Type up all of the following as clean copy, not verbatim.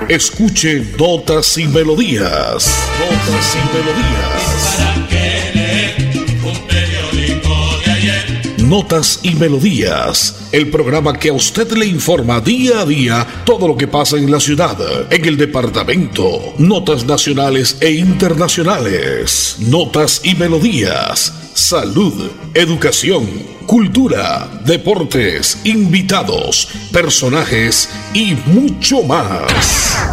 Escuche Notas y Melodías. Notas y Melodías. Notas y Melodías, el programa que a usted le informa día a día todo lo que pasa en la ciudad, en el departamento, notas nacionales e internacionales. Notas y Melodías, salud, educación, cultura, deportes, invitados, personajes y mucho más.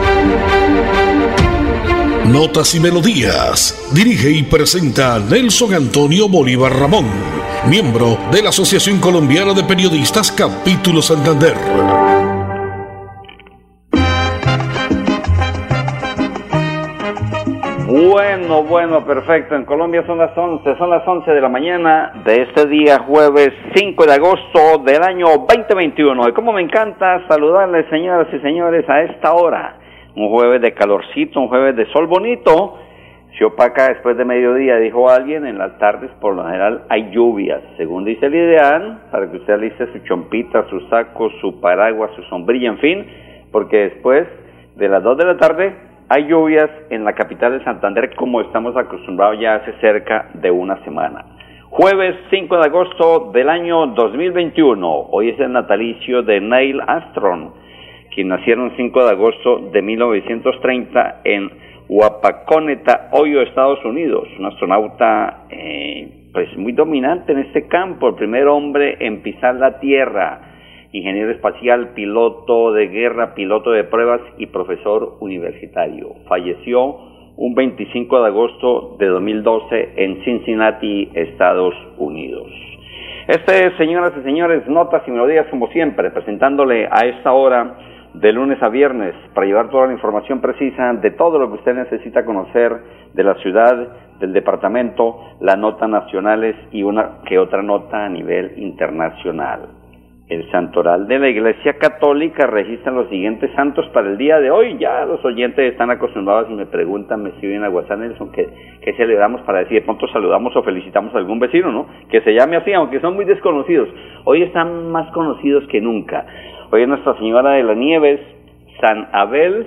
Notas y Melodías, dirige y presenta Nelson Antonio Bolívar Ramón, miembro de la Asociación Colombiana de Periodistas Capítulo Santander. Bueno, perfecto. En Colombia son las 11 de la mañana de este día jueves 5 de agosto del año 2021. Y como me encanta saludarles, señoras y señores, a esta hora. Un jueves de calorcito, un jueves de sol bonito. Se opaca después de mediodía, dijo alguien. En las tardes, por lo general, hay lluvias. Según dice el ideal, para que usted aliste su chompita, su saco, su paraguas, su sombrilla, en fin. Porque después de las 2 de la tarde hay lluvias en la capital de Santander, como estamos acostumbrados ya hace cerca de una semana. Jueves 5 de agosto del año 2021. Hoy es el natalicio de Neil Armstrong, quien nació el 5 de agosto de 1930 en Wapakoneta, Ohio, Estados Unidos. Un astronauta pues muy dominante en este campo, el primer hombre en pisar la Tierra. Ingeniero espacial, piloto de guerra, piloto de pruebas y profesor universitario. Falleció un 25 de agosto de 2012 en Cincinnati, Estados Unidos. Señoras y señores, Notas y Melodías, como siempre, presentándole a esta hora de lunes a viernes para llevar toda la información precisa de todo lo que usted necesita conocer de la ciudad, del departamento, las notas nacionales y una que otra nota a nivel internacional. El santoral de la Iglesia Católica registra los siguientes santos para el día de hoy. Ya los oyentes están acostumbrados y me preguntan, me escriben a WhatsApp, Nelson, ¿qué celebramos para decir? De pronto saludamos o felicitamos a algún vecino, ¿no? Que se llame así, aunque son muy desconocidos. Hoy están más conocidos que nunca. Hoy es Nuestra Señora de las Nieves, San Abel,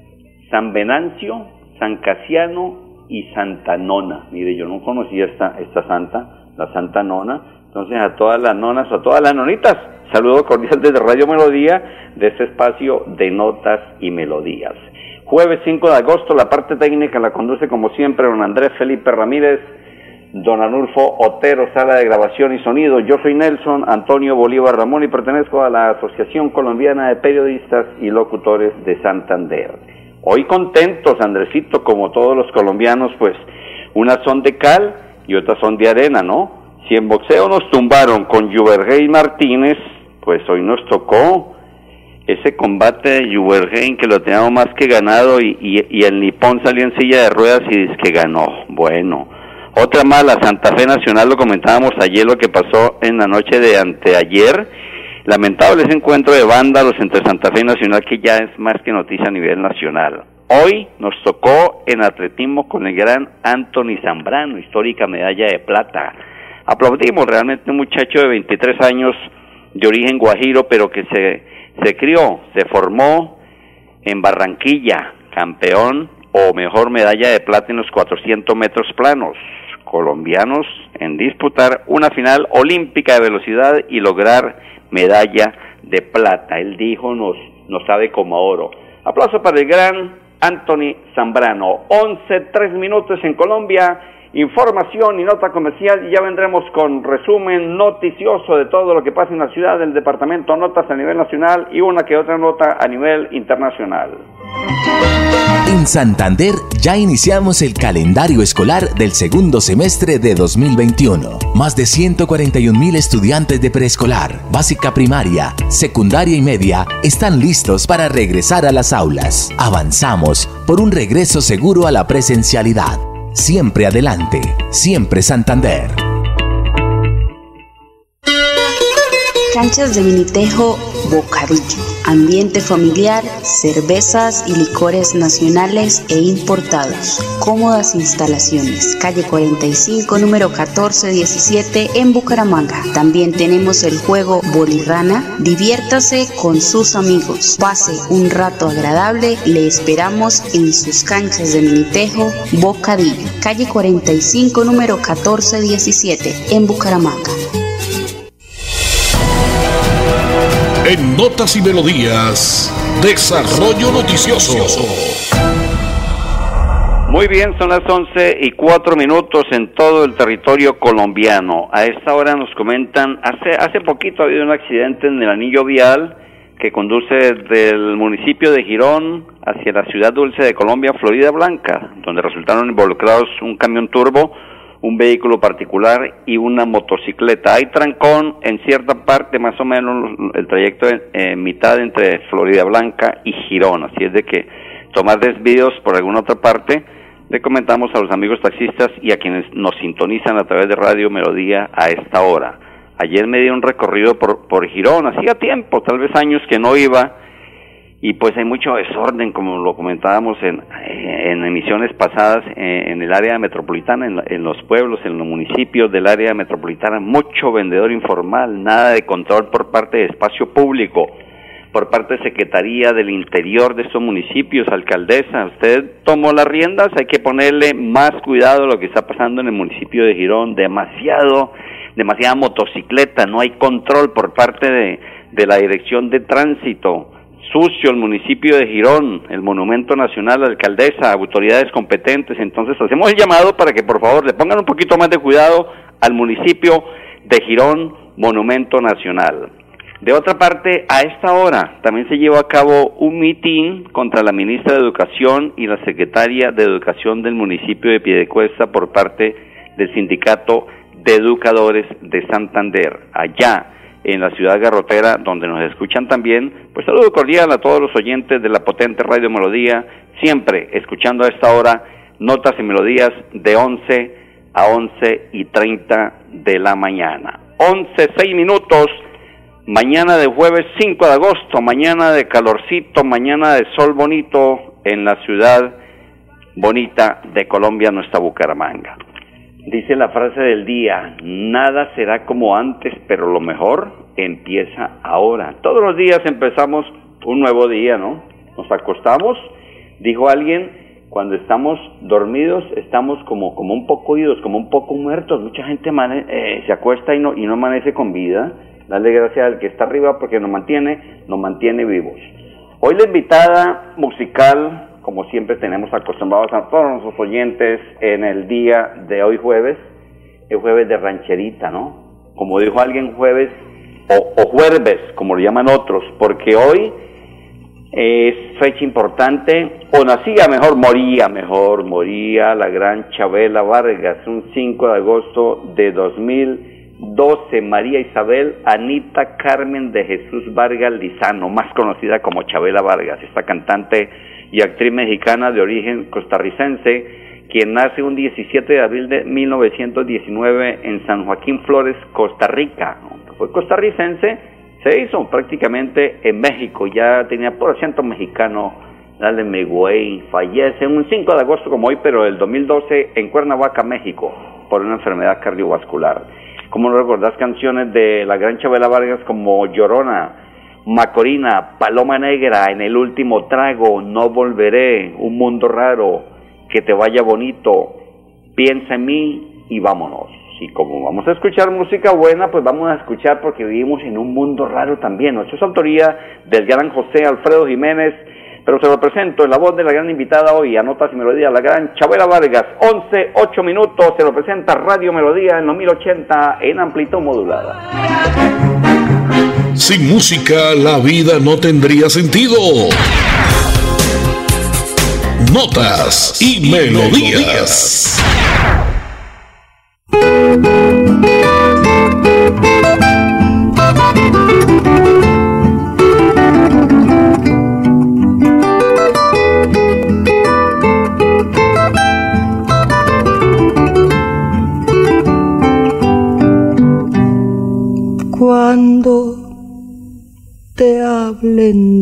San Venancio, San Casiano y Santa Nona. Mire, yo no conocía esta santa, la Santa Nona. Entonces a todas las nonas, a todas las nonitas, saludo cordial desde Radio Melodía, de este espacio de Notas y Melodías. Jueves 5 de agosto, la parte técnica la conduce como siempre don Andrés Felipe Ramírez, don Anulfo Otero, sala de grabación y sonido. Yo soy Nelson Antonio Bolívar Ramón y pertenezco a la Asociación Colombiana de Periodistas y Locutores de Santander. Hoy contentos, Andresito, como todos los colombianos, pues unas son de cal y otras son de arena, ¿no? Si en boxeo nos tumbaron con Juvergey Martínez, pues hoy nos tocó ese combate de Juvergey que lo teníamos más que ganado y el nipón salió en silla de ruedas y dice que ganó. Bueno, otra más, la Santa Fe Nacional, lo comentábamos ayer, lo que pasó en la noche de anteayer. Lamentable ese encuentro de vándalos entre Santa Fe Nacional, que ya es más que noticia a nivel nacional. Hoy nos tocó en atletismo con el gran Anthony Zambrano, histórica medalla de plata. Aplaudimos realmente un muchacho de 23 años de origen guajiro, pero que se crió, se formó en Barranquilla, campeón o mejor medalla de plata en los 400 metros planos. Colombianos en disputar una final olímpica de velocidad y lograr medalla de plata. Él dijo, nos sabe como oro. Aplauso para el gran Anthony Zambrano. 11:03 en Colombia. Información y nota comercial y ya vendremos con resumen noticioso de todo lo que pasa en la ciudad, del departamento, notas a nivel nacional y una que otra nota a nivel internacional. En Santander ya iniciamos el calendario escolar del segundo semestre de 2021. Más de 141.000 estudiantes de preescolar, básica primaria, secundaria y media están listos para regresar a las aulas. Avanzamos por un regreso seguro a la presencialidad. Siempre adelante, siempre Santander. Canchas de Minitejo, Bocadillo. Ambiente familiar, cervezas y licores nacionales e importados. Cómodas instalaciones. Calle 45, número 1417 en Bucaramanga. También tenemos el juego Bolirrana. Diviértase con sus amigos. Pase un rato agradable. Le esperamos en sus canchas de Minitejo, Bocadillo. Calle 45, número 1417 en Bucaramanga. En Notas y Melodías, Desarrollo Noticioso. Muy bien, son las 11:04 en todo el territorio colombiano. A esta hora nos comentan, hace poquito ha habido un accidente en el anillo vial que conduce del municipio de Girón hacia la ciudad dulce de Colombia, Florida Blanca, donde resultaron involucrados un camión turbo, un vehículo particular y una motocicleta. Hay trancón en cierta parte, más o menos el trayecto en mitad entre Florida Blanca y Girón, así es de que tomar desvíos por alguna otra parte. Le comentamos a los amigos taxistas y a quienes nos sintonizan a través de Radio Melodía a esta hora. Ayer me di un recorrido por Girón, hacía tiempo, tal vez años que no iba, y pues hay mucho desorden, como lo comentábamos en emisiones pasadas, en el área metropolitana, en los pueblos, en los municipios del área metropolitana, mucho vendedor informal, nada de control por parte de espacio público, por parte de Secretaría del Interior de estos municipios, alcaldesa. Usted tomó las riendas, hay que ponerle más cuidado a lo que está pasando en el municipio de Girón, demasiada motocicleta, no hay control por parte de la Dirección de Tránsito. Sucio el municipio de Girón, el Monumento Nacional, la alcaldesa, autoridades competentes. Entonces hacemos el llamado para que por favor le pongan un poquito más de cuidado al municipio de Girón, Monumento Nacional. De otra parte, a esta hora también se llevó a cabo un mitin contra la ministra de Educación y la secretaria de Educación del municipio de Piedecuesta por parte del Sindicato de Educadores de Santander, allá en la ciudad garrotera, donde nos escuchan también. Pues saludo cordial a todos los oyentes de la potente Radio Melodía, siempre escuchando a esta hora Notas y Melodías de 11 a 11:30 de la mañana. 11:06, mañana de jueves 5 de agosto, mañana de calorcito, mañana de sol bonito en la ciudad bonita de Colombia, nuestra Bucaramanga. Dice la frase del día: nada será como antes, pero lo mejor empieza ahora. Todos los días empezamos un nuevo día, ¿no? Nos acostamos, dijo alguien, cuando estamos dormidos estamos como un poco oídos, como un poco muertos. Mucha gente se acuesta y no amanece con vida. Dale gracias al que está arriba porque nos mantiene vivos. Hoy la invitada musical, como siempre tenemos acostumbrados a todos nuestros oyentes en el día de hoy jueves, el jueves de rancherita, ¿no? Como dijo alguien, jueves o jueves, como lo llaman otros, porque hoy es fecha importante, o nacía mejor, moría la gran Chabela Vargas, un 5 de agosto de 2012, María Isabel Anita Carmen de Jesús Vargas Lizano, más conocida como Chabela Vargas, esta cantante y actriz mexicana de origen costarricense, quien nace un 17 de abril de 1919 en San Joaquín Flores, Costa Rica. Fue costarricense, se hizo prácticamente en México, ya tenía por acento mexicano, dale me güey, fallece un 5 de agosto como hoy, pero del 2012 en Cuernavaca, México, por una enfermedad cardiovascular. ¿Cómo no recordás canciones de la gran Chabela Vargas como Llorona, Macorina, Paloma Negra, En el último trago, No volveré, Un mundo raro, Que te vaya bonito, Piensa en mí y vámonos? Y como vamos a escuchar música buena, pues vamos a escuchar porque vivimos en un mundo raro también, ¿no? Esto es autoría del gran José Alfredo Jiménez, pero se lo presento en la voz de la gran invitada hoy, a Notas y Melodía, la gran Chabela Vargas. 11:08, se lo presenta Radio Melodía en los 1080 en amplitud modulada. Sin música, la vida no tendría sentido. Notas y Melodías. Cuando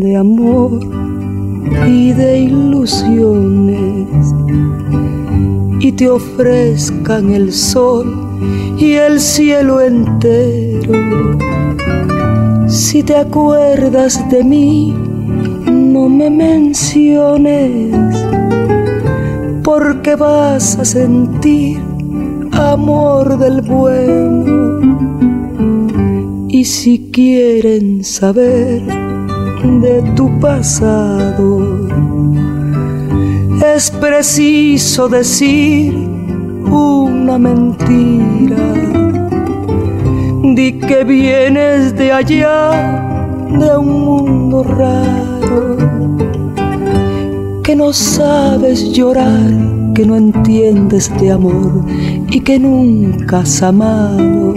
de amor y de ilusiones y te ofrezcan el sol y el cielo entero. Si te acuerdas de mí, no me menciones, porque vas a sentir amor del bueno. Y si quieren saber de tu pasado, es preciso decir una mentira. Di que vienes de allá, de un mundo raro, que no sabes llorar, que no entiendes de amor y que nunca has amado.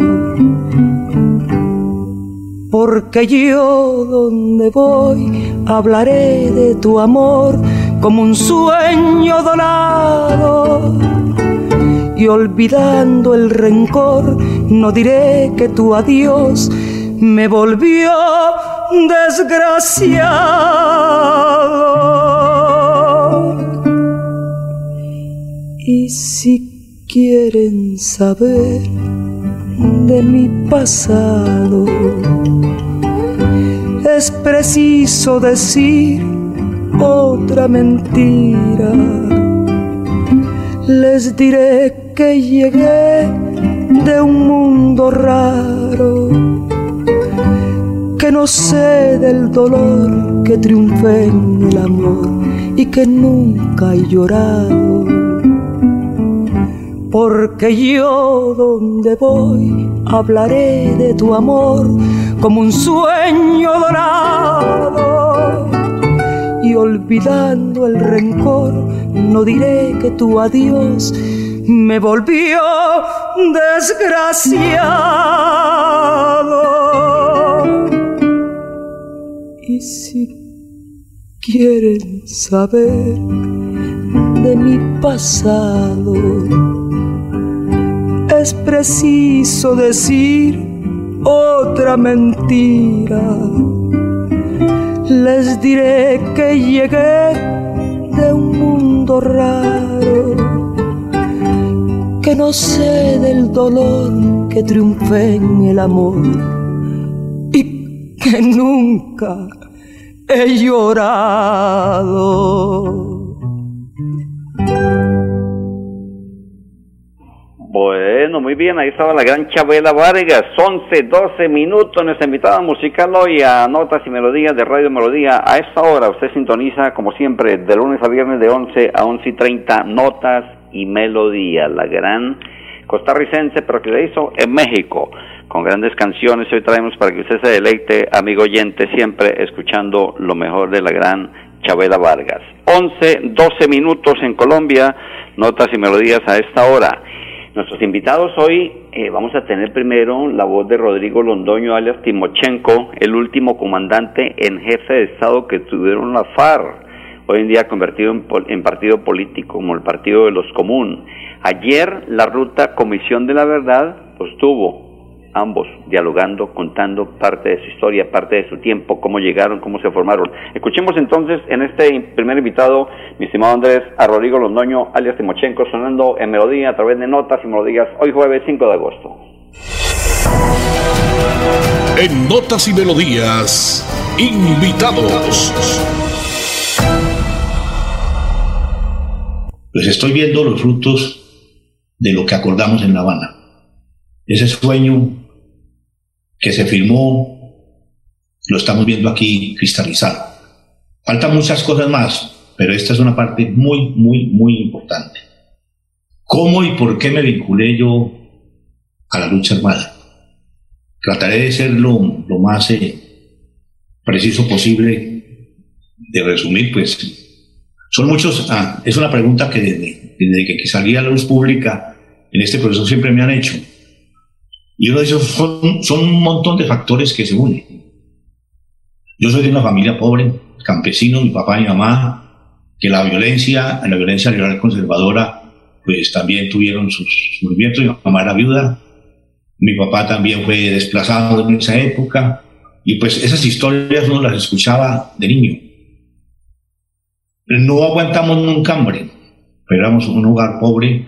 Porque yo donde voy hablaré de tu amor como un sueño dorado, y olvidando el rencor no diré que tu adiós me volvió desgraciado. Y si quieren saber de mi pasado, es preciso decir otra mentira. Les diré que llegué de un mundo raro, que no sé del dolor, que triunfé en el amor y que nunca he llorado. Porque yo donde voy hablaré de tu amor como un sueño dorado, y olvidando el rencor no diré que tu adiós me volvió desgraciado. Y si quieren saber de mi pasado, es preciso decir otra mentira. Les diré que llegué de un mundo raro, que no sé del dolor, que triunfé en el amor y que nunca he llorado. Bueno, muy bien, ahí estaba la gran Chabela Vargas, 11:12 minutos, nuestra invitada musical hoy a Notas y Melodías de Radio Melodía. A esta hora usted sintoniza, como siempre, de lunes a viernes de 11 a 11:30, Notas y Melodías, la gran costarricense, pero que se hizo en México, con grandes canciones. Hoy traemos para que usted se deleite, amigo oyente, siempre escuchando lo mejor de la gran Chabela Vargas. 11:12 minutos en Colombia, Notas y Melodías a esta hora. Nuestros invitados hoy, vamos a tener primero la voz de Rodrigo Londoño, alias Timochenko, el último comandante en jefe de Estado que tuvieron la FARC, hoy en día convertido en partido político, como el Partido de los Común. Ayer la ruta Comisión de la Verdad, pues tuvo ambos dialogando, contando parte de su historia, parte de su tiempo, cómo llegaron, cómo se formaron. Escuchemos entonces en este primer invitado, mi estimado Andrés, a Rodrigo Londoño, alias Timochenko, sonando en Melodía a través de Notas y Melodías, hoy jueves 5 de agosto. En Notas y Melodías, invitados. Pues estoy viendo los frutos de lo que acordamos en La Habana. Ese sueño que se firmó, lo estamos viendo aquí cristalizado. Faltan muchas cosas más, pero esta es una parte muy, muy, muy importante. ¿Cómo y por qué me vinculé yo a la lucha armada? Trataré de ser lo más preciso posible de resumir, pues son muchos. Es una pregunta que desde que salí a la luz pública en este proceso siempre me han hecho. Y uno de esos son un montón de factores que se unen. Yo soy de una familia pobre, campesino, mi papá y mi mamá, que la violencia liberal conservadora, pues también tuvieron sus movimientos. Mi mamá era viuda, mi papá también fue desplazado en esa época, Y pues esas historias uno las escuchaba de niño. No aguantamos nunca hambre, pero éramos un hogar pobre.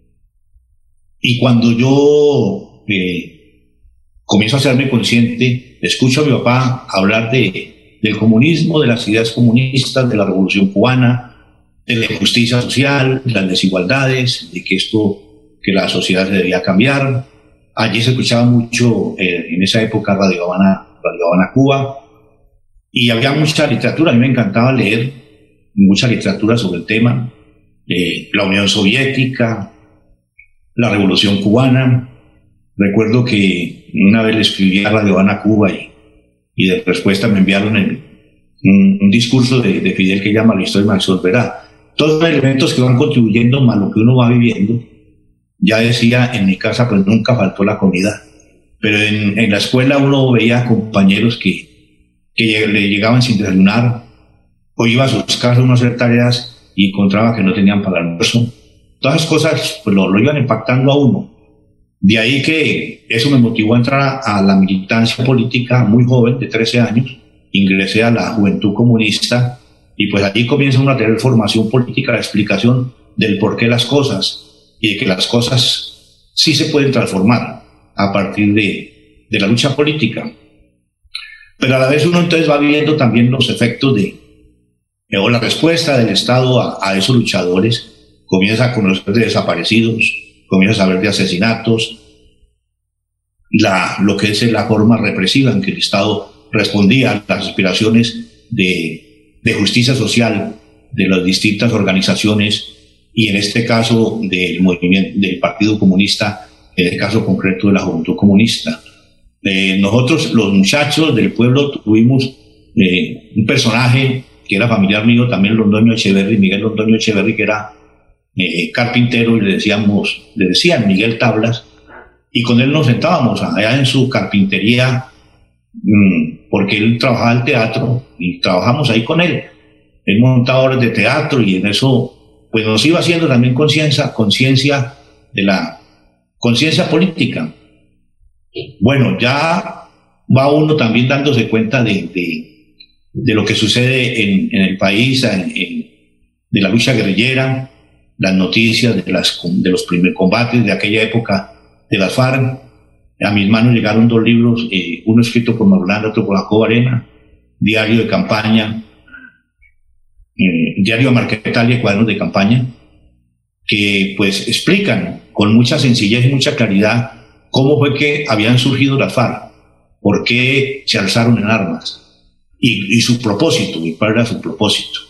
Y cuando yo comienzo a hacerme consciente, escucho a mi papá hablar del comunismo, de las ideas comunistas, de la revolución cubana, de la injusticia social, de las desigualdades, de que la sociedad se debía cambiar. Allí se escuchaba mucho, en esa época, Radio Habana Cuba, y había mucha literatura. A mí me encantaba leer mucha literatura sobre el tema, la Unión Soviética, la Revolución Cubana. Recuerdo que una vez le escribí a Radio Habana Cuba y de respuesta me enviaron un discurso de Fidel que llama La historia me resolverá. Todos los elementos que van contribuyendo más lo que uno va viviendo. Ya decía, en mi casa pues nunca faltó la comida, pero en la escuela uno veía compañeros que le llegaban sin desayunar, o iba a sus casas a hacer tareas y encontraba que no tenían para el almuerzo. Todas esas cosas pues lo iban impactando a uno. De ahí que eso me motivó a entrar a la militancia política muy joven, de 13 años. Ingresé a la Juventud Comunista y pues allí comienza uno a tener formación política, la explicación del por qué las cosas y de que las cosas sí se pueden transformar a partir de la lucha política. Pero a la vez uno entonces va viviendo también los efectos o la respuesta del Estado a esos luchadores. Comienza a conocer de desaparecidos, comienza a saber de asesinatos, lo que es la forma represiva en que el Estado respondía a las aspiraciones de justicia social de las distintas organizaciones, y en este caso del movimiento del Partido Comunista, en el caso concreto de la Juventud Comunista. Nosotros, los muchachos del pueblo, tuvimos un personaje que era familiar mío, también Londoño Echeverry, Miguel Londoño Echeverry, que era carpintero, y le decían Miguel Tablas, y con él nos sentábamos allá en su carpintería, porque él trabajaba el teatro, y trabajamos ahí con él. Él montaba obras de teatro, y en eso pues nos iba haciendo también conciencia de la conciencia política. Bueno, ya va uno también dándose cuenta de lo que sucede en el país, de la lucha guerrillera, las noticias de los primeros combates de aquella época de las FARC. A mis manos llegaron 2 libros, uno escrito por Maulana, otro por Jacobo Arena, Diario de Campaña, Diario de Marquetalia y Cuadernos de Campaña, que pues explican con mucha sencillez y mucha claridad cómo fue que habían surgido las FARC, por qué se alzaron en armas y su propósito, y cuál era su propósito.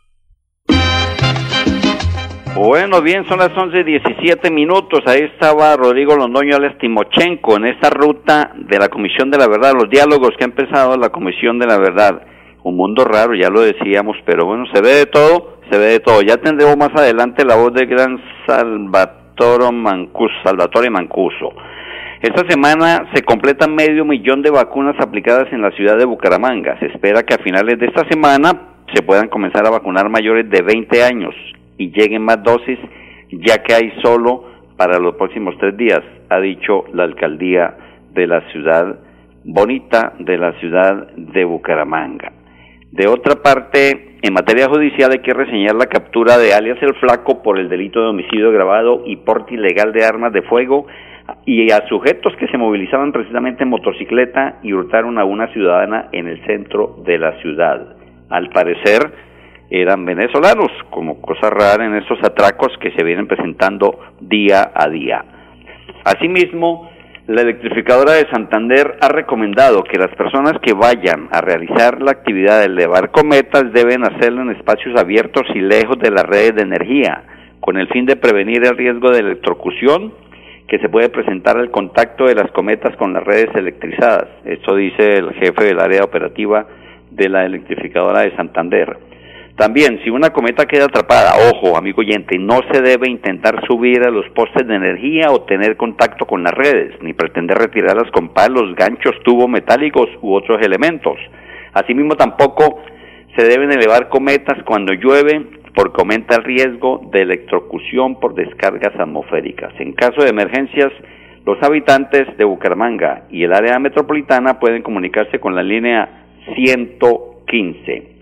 Bueno, bien, son las 11:17. Ahí estaba Rodrigo Londoño Alex Timochenko en esta ruta de la Comisión de la Verdad, los diálogos que ha empezado la Comisión de la Verdad. Un mundo raro, ya lo decíamos, pero bueno, se ve de todo. Ya tendremos más adelante la voz del gran Salvatore Mancuso. Esta semana se completan 500,000 de vacunas aplicadas en la ciudad de Bucaramanga. Se espera que a finales de esta semana se puedan comenzar a vacunar mayores de 20 años y lleguen más dosis, ya que hay solo para los próximos 3 días, ha dicho la alcaldía de la ciudad bonita, de la ciudad de Bucaramanga. De otra parte, en materia judicial hay que reseñar la captura de alias El Flaco por el delito de homicidio agravado y porte ilegal de armas de fuego, y a sujetos que se movilizaban precisamente en motocicleta y hurtaron a una ciudadana en el centro de la ciudad. Al parecer eran venezolanos, como cosa rara en estos atracos que se vienen presentando día a día. Asimismo, la electrificadora de Santander ha recomendado que las personas que vayan a realizar la actividad de elevar cometas deben hacerlo en espacios abiertos y lejos de las redes de energía, con el fin de prevenir el riesgo de electrocución que se puede presentar al contacto de las cometas con las redes electrizadas. Esto dice el jefe del área operativa de la electrificadora de Santander. También, si una cometa queda atrapada, ojo, amigo oyente, no se debe intentar subir a los postes de energía o tener contacto con las redes, ni pretender retirarlas con palos, ganchos, tubos metálicos u otros elementos. Asimismo, tampoco se deben elevar cometas cuando llueve, porque aumenta el riesgo de electrocución por descargas atmosféricas. En caso de emergencias, Los habitantes de Bucaramanga y el área metropolitana pueden comunicarse con la línea 115.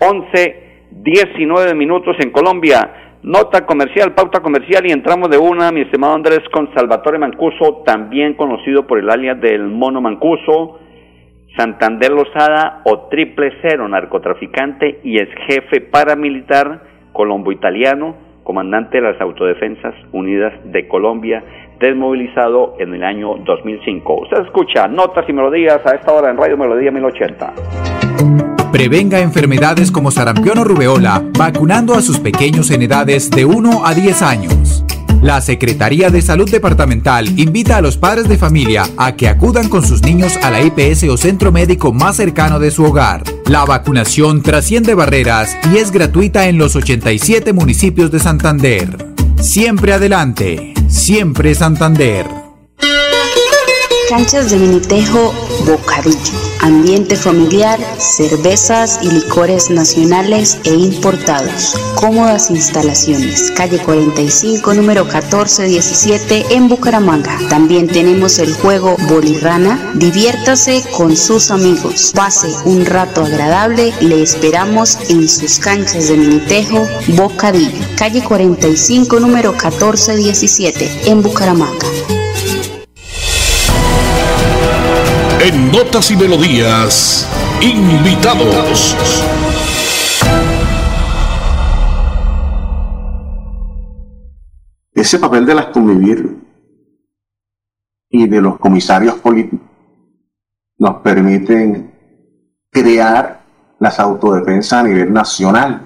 11:19 minutos en Colombia. Nota comercial, pauta comercial, y entramos de una, mi estimado Andrés, con Salvatore Mancuso, también conocido por el alias del Mono Mancuso, Santander Lozada o Triple Cero, narcotraficante y ex jefe paramilitar colombo-italiano, comandante de las Autodefensas Unidas de Colombia, desmovilizado en el año 2005. Usted escucha Notas y Melodías a esta hora en Radio Melodía 1080. Prevenga enfermedades como sarampión o rubeola, vacunando a sus pequeños en edades de 1 a 10 años. La Secretaría de Salud Departamental invita a los padres de familia a que acudan con sus niños a la IPS o centro médico más cercano de su hogar. La vacunación trasciende barreras y es gratuita en los 87 municipios de Santander. Siempre adelante, siempre Santander. Canchas de Minitejo, Bocadillo. Ambiente familiar, cervezas y licores nacionales e importados. Cómodas instalaciones. Calle 45, número 1417 en Bucaramanga. También tenemos el juego Bolirrana. Diviértase con sus amigos. Pase un rato agradable. Le esperamos en sus canchas de Minitejo, Bocadillo. Calle 45, número 1417 en Bucaramanga. En Notas y Melodías, invitados. Ese papel de las convivir y de los comisarios políticos nos permiten crear las autodefensas a nivel nacional.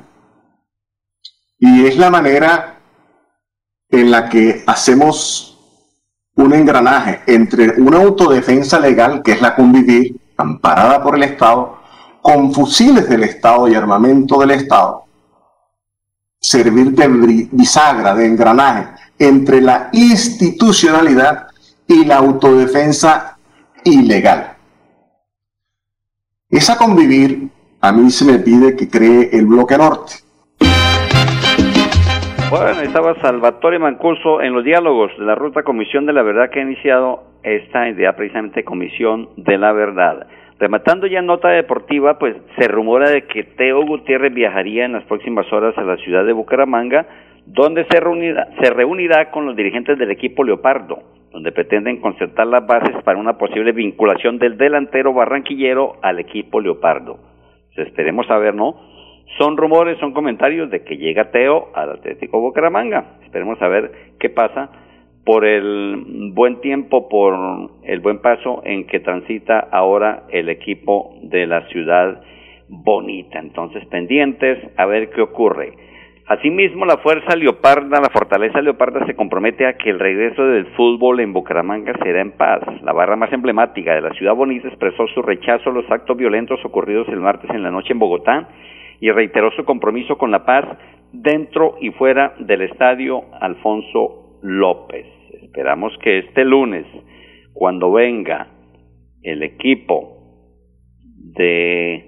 Y es la manera en la que hacemos un engranaje entre una autodefensa legal, que es la convivir, amparada por el Estado, con fusiles del Estado y armamento del Estado, servir de bisagra, de engranaje entre la institucionalidad y la autodefensa ilegal. Esa convivir, a mí se me pide que cree el bloque norte. Bueno, estaba Salvatore Mancuso en los diálogos de la Ruta Comisión de la Verdad, que ha iniciado esta idea precisamente Comisión de la Verdad. Rematando ya nota deportiva, pues se rumora de que Teo Gutiérrez viajaría en las próximas horas a la ciudad de Bucaramanga, donde se reunirá con los dirigentes del equipo Leopardo, donde pretenden concertar las bases para una posible vinculación del delantero barranquillero al equipo Leopardo. Pues esperemos a ver, ¿no? Son rumores, son comentarios de que llega Teo al Atlético Bucaramanga. Esperemos a ver qué pasa por el buen tiempo, por el buen paso en que transita ahora el equipo de la ciudad bonita. Entonces, pendientes a ver qué ocurre. Asimismo, la Fuerza Leoparda, la Fortaleza Leoparda se compromete a que el regreso del fútbol en Bucaramanga será en paz. La barra más emblemática de la ciudad bonita expresó su rechazo a los actos violentos ocurridos el martes en la noche en Bogotá y reiteró su compromiso con la paz dentro y fuera del estadio Alfonso López. Esperamos que este lunes, cuando venga el equipo de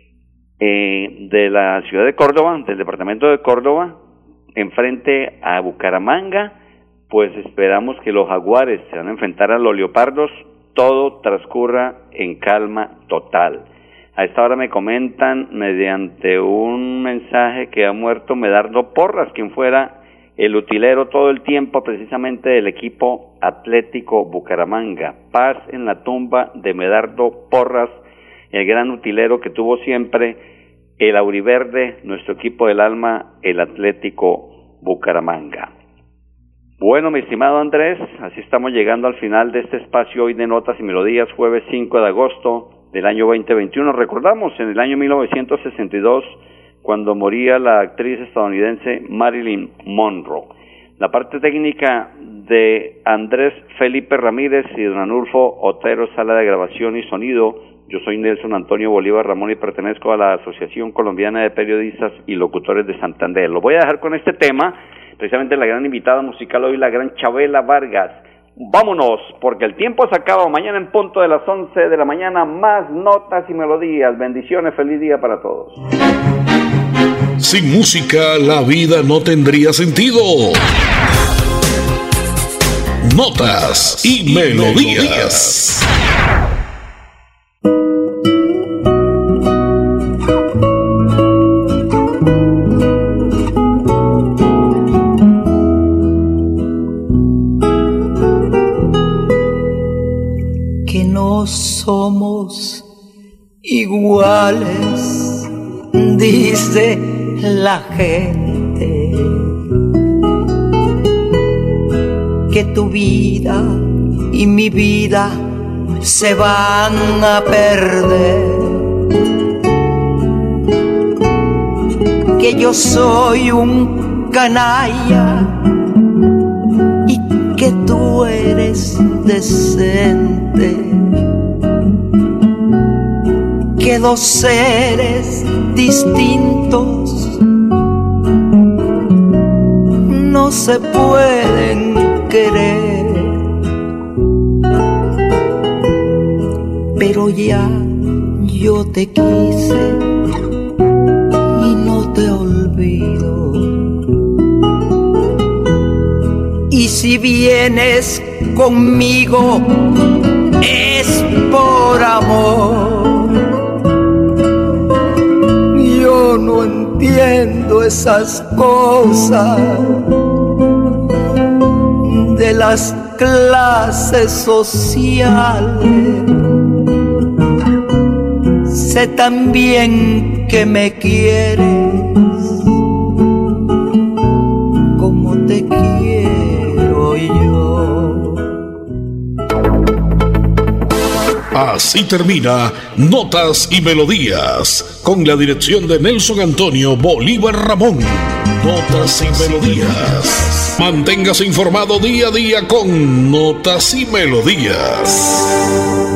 la ciudad de Córdoba, del departamento de Córdoba, enfrente a Bucaramanga, pues esperamos que los jaguares se van a enfrentar a los leopardos, todo transcurra en calma total. A esta hora me comentan mediante un mensaje que ha muerto Medardo Porras, quien fuera el utilero todo el tiempo precisamente del equipo Atlético Bucaramanga. Paz en la tumba de Medardo Porras, el gran utilero que tuvo siempre el auriverde, nuestro equipo del alma, el Atlético Bucaramanga. Bueno, mi estimado Andrés, así estamos llegando al final de este espacio hoy de Notas y Melodías, jueves 5 de agosto del año 2021. Recordamos en el año 1962, cuando moría la actriz estadounidense Marilyn Monroe. La parte técnica de Andrés Felipe Ramírez y don Anulfo Otero, sala de grabación y sonido. Yo soy Nelson Antonio Bolívar Ramón y pertenezco a la Asociación Colombiana de Periodistas y Locutores de Santander. Lo voy a dejar con este tema, precisamente la gran invitada musical hoy, la gran Chabela Vargas. Vámonos, porque el tiempo se acaba. Mañana en punto de las 11 de la mañana, más Notas y Melodías. Bendiciones, feliz día para todos. Sin música, la vida no tendría sentido. Notas y Melodías. Que no somos iguales, dice la gente, que tu vida y mi vida se van a perder, que yo soy un canalla y que tú eres decente, que dos seres distintos no se pueden querer, pero ya yo te quise y no te olvido, y si vienes conmigo es por amor. Yo no entiendo esas cosas de las clases sociales. Sé también que me quieres como te quiero yo. Así termina Notas y Melodías, con la dirección de Nelson Antonio Bolívar Ramón. Notas y Melodías. Manténgase informado día a día con Notas y Melodías.